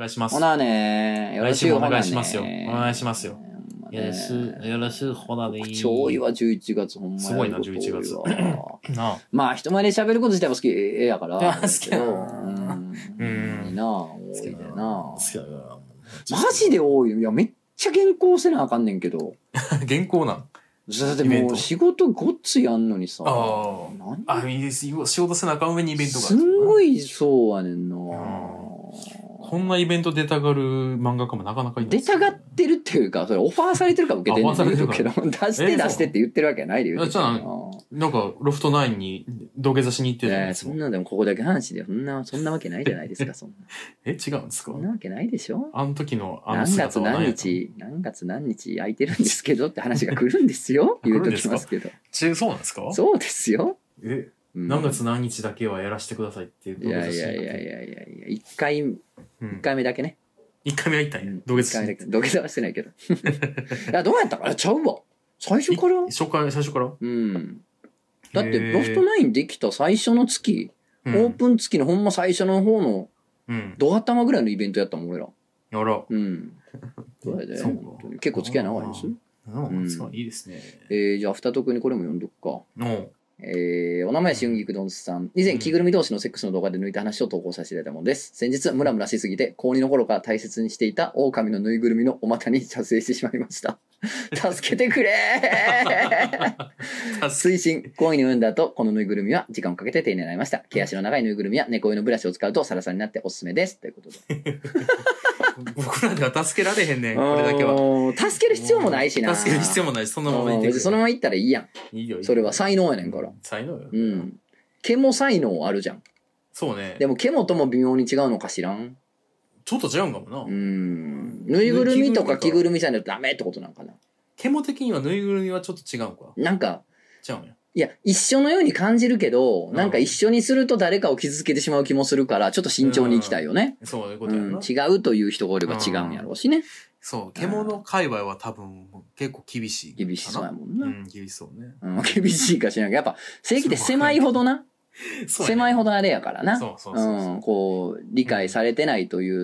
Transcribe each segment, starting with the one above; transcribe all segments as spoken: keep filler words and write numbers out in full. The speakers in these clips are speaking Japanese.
願いします。 ほなねよろしくお願いしますよ。お願いしますよ。よろしく、よろしく、ほなでいい。 超いいわ、じゅういちがつほんまに。 すごいな、じゅういちがつ。 なあ。まあ、人前で喋ること自体は好き、ええやから。 好きやな。 うん。いいな多いでな。 好きやな。 マジで多いよ。いや、めっちゃ原稿せなあかんねんけど。 原稿なんだってもう仕事ごっつやんのにさ。 ああ。あ、いいです。仕事せなあかん上にイベントが。 すんごいそうやねんな。 こんなイベント出たがる漫画家もなかなかいない、 ね。出たがってるっていうか、それオファーされてるか受けてるんだけど、出して出してって言ってるわけないで言うてじゃあ、なんか、ロフトナインに土下座しに行ってるじゃないですか。 そんなでもここだけ話で、そんな、そんなわけないじゃないですか、そんな。 え、違うんですか？ そんなわけないでしょ？ あの時のあの何月何日、何月何日空いてるんですけどって話が来るんですよ。言うときますけど。 ち、そうなんですか？ そうですよ。 え、何月何日だけはやらせてくださいっていう。 いやいやいやいやいやいや、一回、一回目だけね。 一回目は行ったんや。土下座して。 土下座はしてないけど。いや、どうやったかな？ちゃうわ。最初から初回、最初からうん。だって、ロフトナインできた最初の月、オープン月のほんま最初の方の、ド頭ぐらいのイベントやったもん、俺ら。 やら。 うん。どうやで結構付き合い長いんです。 うん。いいですね。 えー、じゃあ、アフタートークにこれも読んどくか。 うん。 えー、お名前春菊丼さん。以前、着ぐるみ同士のセックスの動画で抜いた話を投稿させていただいたものです。先日、ムラムラしすぎて、高にの頃から大切にしていた狼のぬいぐるみのお股に射精してしまいました。助けてくれー推進、恋に産んだ後、このぬいぐるみは時間をかけて丁寧になりました。毛足の長いぬいぐるみや猫用のブラシを使うとサラサラになっておすすめです。ということで。 僕らでは助けられへんねん、これだけは。 助ける必要もないしな。 助ける必要もないし、そのままいてそのままいったらいいやん。 いいよ、いいよ。 それは才能やねんから。 才能よ。 うん。毛も才能あるじゃん。 そうね。 でも毛もとも微妙に違うのか知らん。 ちょっと違うんかもな。 うん。ぬいぐるみとか着ぐるみじゃないとダメってことなんかな。 毛も的にはぬいぐるみはちょっと違うか。 なんか、 違うんや。 いや、一緒のように感じるけど、なんか一緒にすると誰かを傷つけてしまう気もするから、ちょっと慎重に行きたいよね。 そういうことやな、うん。 違うという人がおれば違うんやろうしね。 そう、獣界隈は多分結構厳しい。 厳しそうやもんな。 うん、厳しそうね。 うん、厳しいかしらんけど、やっぱ正規って狭いほどな。狭いほどあれやからな。そうそうそう。うん、こう、理解されてないという、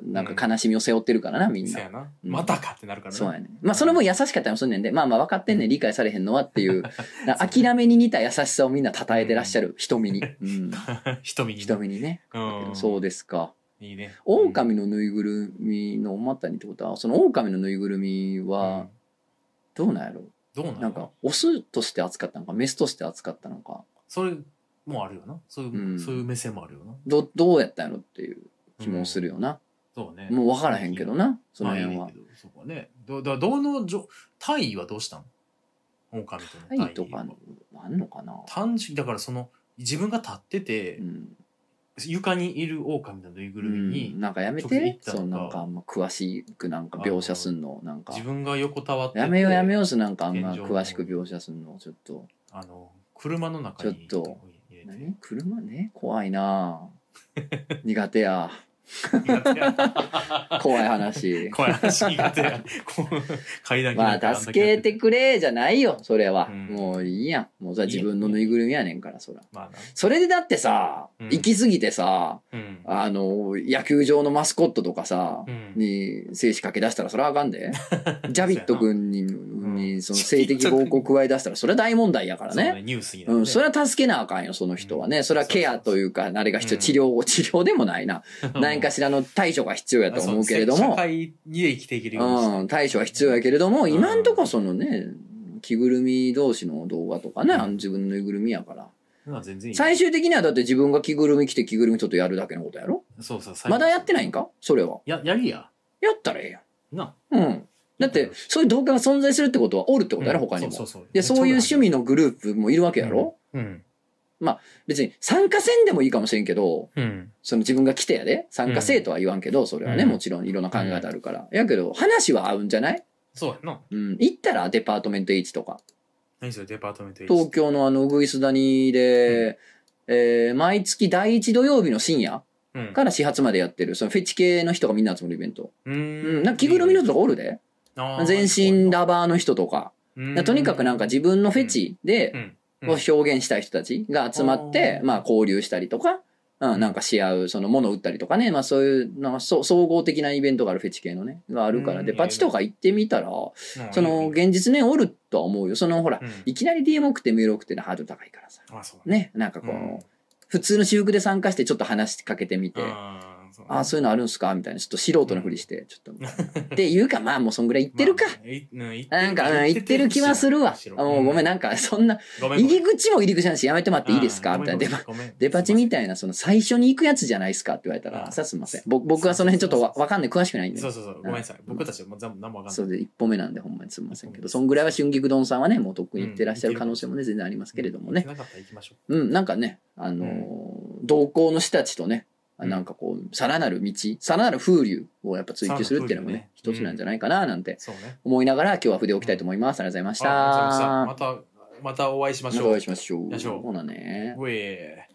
なんか悲しみを背負ってるからな、みんな。そうやな。またかってなるからね。 そうやね。まあ、その分優しかったりもすんねんで、まあまあ分かってんねん、理解されへんのはっていう、諦めに似た優しさをみんな称えてらっしゃる、瞳に。 瞳に。 瞳にね。そうですか。 いいね。 狼のぬいぐるみのお股にってことは、その狼のぬいぐるみは、どうなんやろ？ どうなんやろ？ なんか、オスとして扱ったのか、メスとして扱ったのか。 それ、もうあるよな。そういう、うん、そういう目線もあるよな。 ど、どうやったんやろっていう気もするよな。うん、 そうね。 もう分からへんけどな、その辺は。 そこね。ど、だ、どのじょ、体位はどうしたん？狼との体位。 体位とかあんのかな？ 単純、だからその、自分が立ってて、うん、床にいる狼のぬいぐるみに、 うん、なんかやめて、そう、なんかあんま詳しくなんか描写すんの、なんか。 自分が横たわってて。 やめようやめようす、なんかあんま詳しく描写すんの、ちょっと。 あの、車の中に。 ちょっと。何？車ね、怖いな苦手や。怖い話。 怖い話苦手や。階段まあ、助けてくれじゃないよ、それは。うん、もういいやん。もうさ、自分のぬいぐるみやねんから、そら。まあ、それでだってさ、うん、行き過ぎてさ、うん、あの、野球場のマスコットとかさ、うん、に精子かけ出したらそれはあかんで。ジャビット君に、にその性的暴行加え出したらそれは大問題やからね。そうね、ニュースになるね。うん、それは助けなあかんよ、その人はね。それはケアというか、あれが必要、治療、治療でもないな。何かしらの対処が必要やと思うけれども。 社会に生きていけるようにして。 うん、対処は必要やけれども、今んとこそのね、着ぐるみ同士の動画とかね、あの自分のぬいぐるみやから。まあ全然いい。最終的にはだって自分が着ぐるみ着て着ぐるみちょっとやるだけのことやろ？そうそう。まだやってないんか？それは。や、やりや。やったらええやん。な。うん。だって、そういう動画が存在するってことはおるってことやろ、他にも。そうそうそう。で、そういう趣味のグループもいるわけやろ？うん。まあ、別に参加せんでもいいかもしれんけど、うん、その自分が来てやで、参加せえとは言わんけど、それはね、うん、もちろんいろんな考え方あるから。やけど、話は合うんじゃない？そうやな。うん。行ったらデパートメント H とか。何それデパートメント H？ 東京のあの、うぐいす谷で、うん、えー、毎月第一土曜日の深夜から始発までやってる、そのフェチ系の人がみんな集まるイベント。うん。うん、なんか着ぐるみの人とかおるで。全身ラバーの人とか。とにかくなんか自分のフェチで、を表現したい人たちが集まって、まあ交流したりとか、 うん、なんかし合う、その物を売ったりとかね、まあそういう、なんかそ総合的なイベントがあるフェチ系のね、があるから、デパ地とか行ってみたら、その現実ね、おるとは思うよ。そのほら、いきなり ディーエム 送ってメール送ってのハードル高いからさ。ね、なんかこう、普通の私服で参加してちょっと話しかけてみて、ああ、そういうのあるんすかみたいな、ちょっと素人のふりして、ちょっと。っていうか、まあもうそんぐらい言ってるか。なんか、言ってる気はするわ。もうごめん、なんか、そんな、入り口も入り口なんし、やめてもらっていいですかみたいな。デパ、デパ地みたいな、その最初に行くやつじゃないですかって言われたら、さ、すみません。僕はその辺ちょっとわかんない、詳しくないんで。 そうそうそう、ごめんなさい。僕たちはもう全部何もわかんない。 そうで、一歩目なんで、ほんまにすみませんけど、そんぐらいは春菊丼さんはね、もうとっくに行ってらっしゃる可能性もね、全然ありますけれどもね。うん、なんかね、あの、同行の人たちとね、なんかこう、さらなる道、さらなる風流をやっぱ追求するっていうのもね、一つなんじゃないかななんて思いながら今日は筆を置きたいと思います。ありがとうございました。 また、またお会いしましょう。 またお会いしましょう。そうだね。